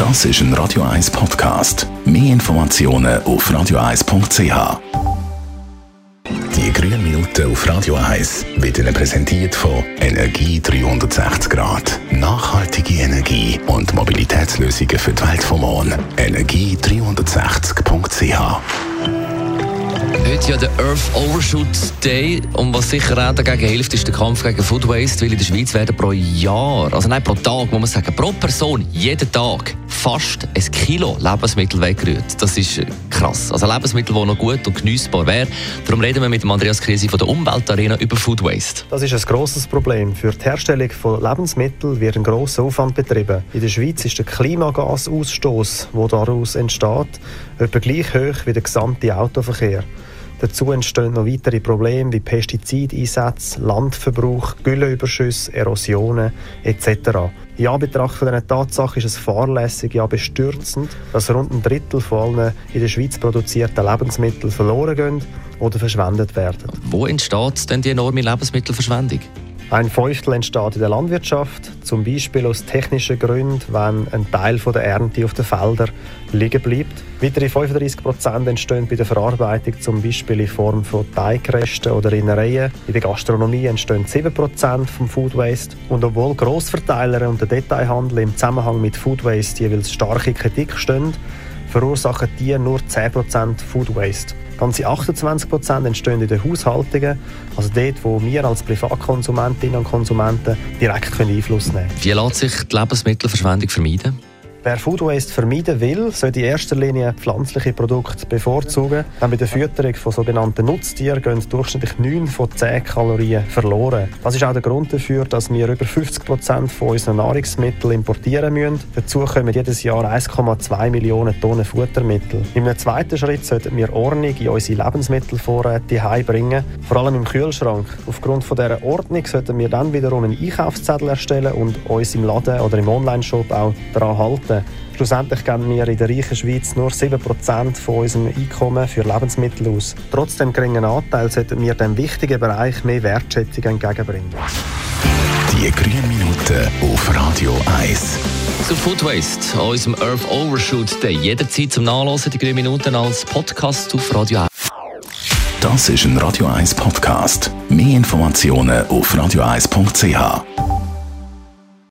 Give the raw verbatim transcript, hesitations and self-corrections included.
Das ist ein Radio eins Podcast. Mehr Informationen auf radio eins punkt c h. Die grünen Minuten auf Radio eins werden Ihnen präsentiert von Energie dreihundertsechzig Grad. Nachhaltige Energie und Mobilitätslösungen für die Welt vom Morgen. energie dreihundertsechzig punkt c h. Heute ja der Earth Overshoot Day. Und was sicher auch dagegen hilft, ist der Kampf gegen Food Waste. Weil in der Schweiz werden pro Jahr, also nein, pro Tag, muss man sagen, pro Person, jeden Tag fast ein Kilo Lebensmittel weggerührt. Das ist krass. Also Lebensmittel, die noch gut und geniessbar wären. Darum reden wir mit dem Andreas Krisi von der Umweltarena über Food Waste. Das ist ein grosses Problem. Für die Herstellung von Lebensmitteln wird ein grosser Aufwand betrieben. In der Schweiz ist der Klimagasausstoß, der daraus entsteht, etwa gleich hoch wie der gesamte Autoverkehr. Dazu entstehen noch weitere Probleme wie Pestizideinsätze, Landverbrauch, Gülleüberschüsse, Erosionen et cetera. In Anbetracht von dieser Tatsache ist es fahrlässig, ja bestürzend, dass rund ein Drittel von allen in der Schweiz produzierten Lebensmitteln verloren gehen oder verschwendet werden. Wo entsteht denn die enorme Lebensmittelverschwendung? Ein Fünftel entsteht in der Landwirtschaft, zum Beispiel aus technischen Gründen, wenn ein Teil der Ernte auf den Feldern liegen bleibt. Weitere fünfunddreissig Prozent entstehen bei der Verarbeitung, zum Beispiel in Form von Teigresten oder Innereien. In der Gastronomie entstehen sieben Prozent vom Food Waste. Und obwohl Grossverteiler und der Detailhandel im Zusammenhang mit Food Waste jeweils starke Kritik stehen, verursachen die nur zehn Prozent Food Waste. Ganze achtundzwanzig Prozent entstehen in den Haushaltungen, also dort, wo wir als Privatkonsumentinnen und Konsumenten direkt Einfluss nehmen können. Wie lässt sich die Lebensmittelverschwendung vermeiden? Wer Food Waste vermeiden will, sollte in erster Linie pflanzliche Produkte bevorzugen. Denn bei der Fütterung von sogenannten Nutztieren gehen durchschnittlich neun von zehn Kalorien verloren. Das ist auch der Grund dafür, dass wir über fünfzig Prozent von unseren Nahrungsmitteln importieren müssen. Dazu kommen jedes Jahr eins Komma zwei Millionen Tonnen Futtermittel. In einem zweiten Schritt sollten wir Ordnung in unsere Lebensmittelvorräte heimbringen, vor allem im Kühlschrank. Aufgrund von dieser Ordnung sollten wir dann wiederum einen Einkaufszettel erstellen und uns im Laden oder im Onlineshop auch daran halten. Schlussendlich geben wir in der reichen Schweiz nur sieben Prozent von unserem Einkommen für Lebensmittel aus. Trotz dem geringen Anteil sollten wir dem wichtigen Bereich mehr Wertschätzung entgegenbringen. Die grünen Minuten auf Radio eins. Zu Food Waste an unserem Earth Overshoot Day. Jederzeit zum Nachlesen, die grünen Minuten als Podcast auf Radio eins. Das ist ein Radio eins Podcast. Mehr Informationen auf radio eins punkt c h.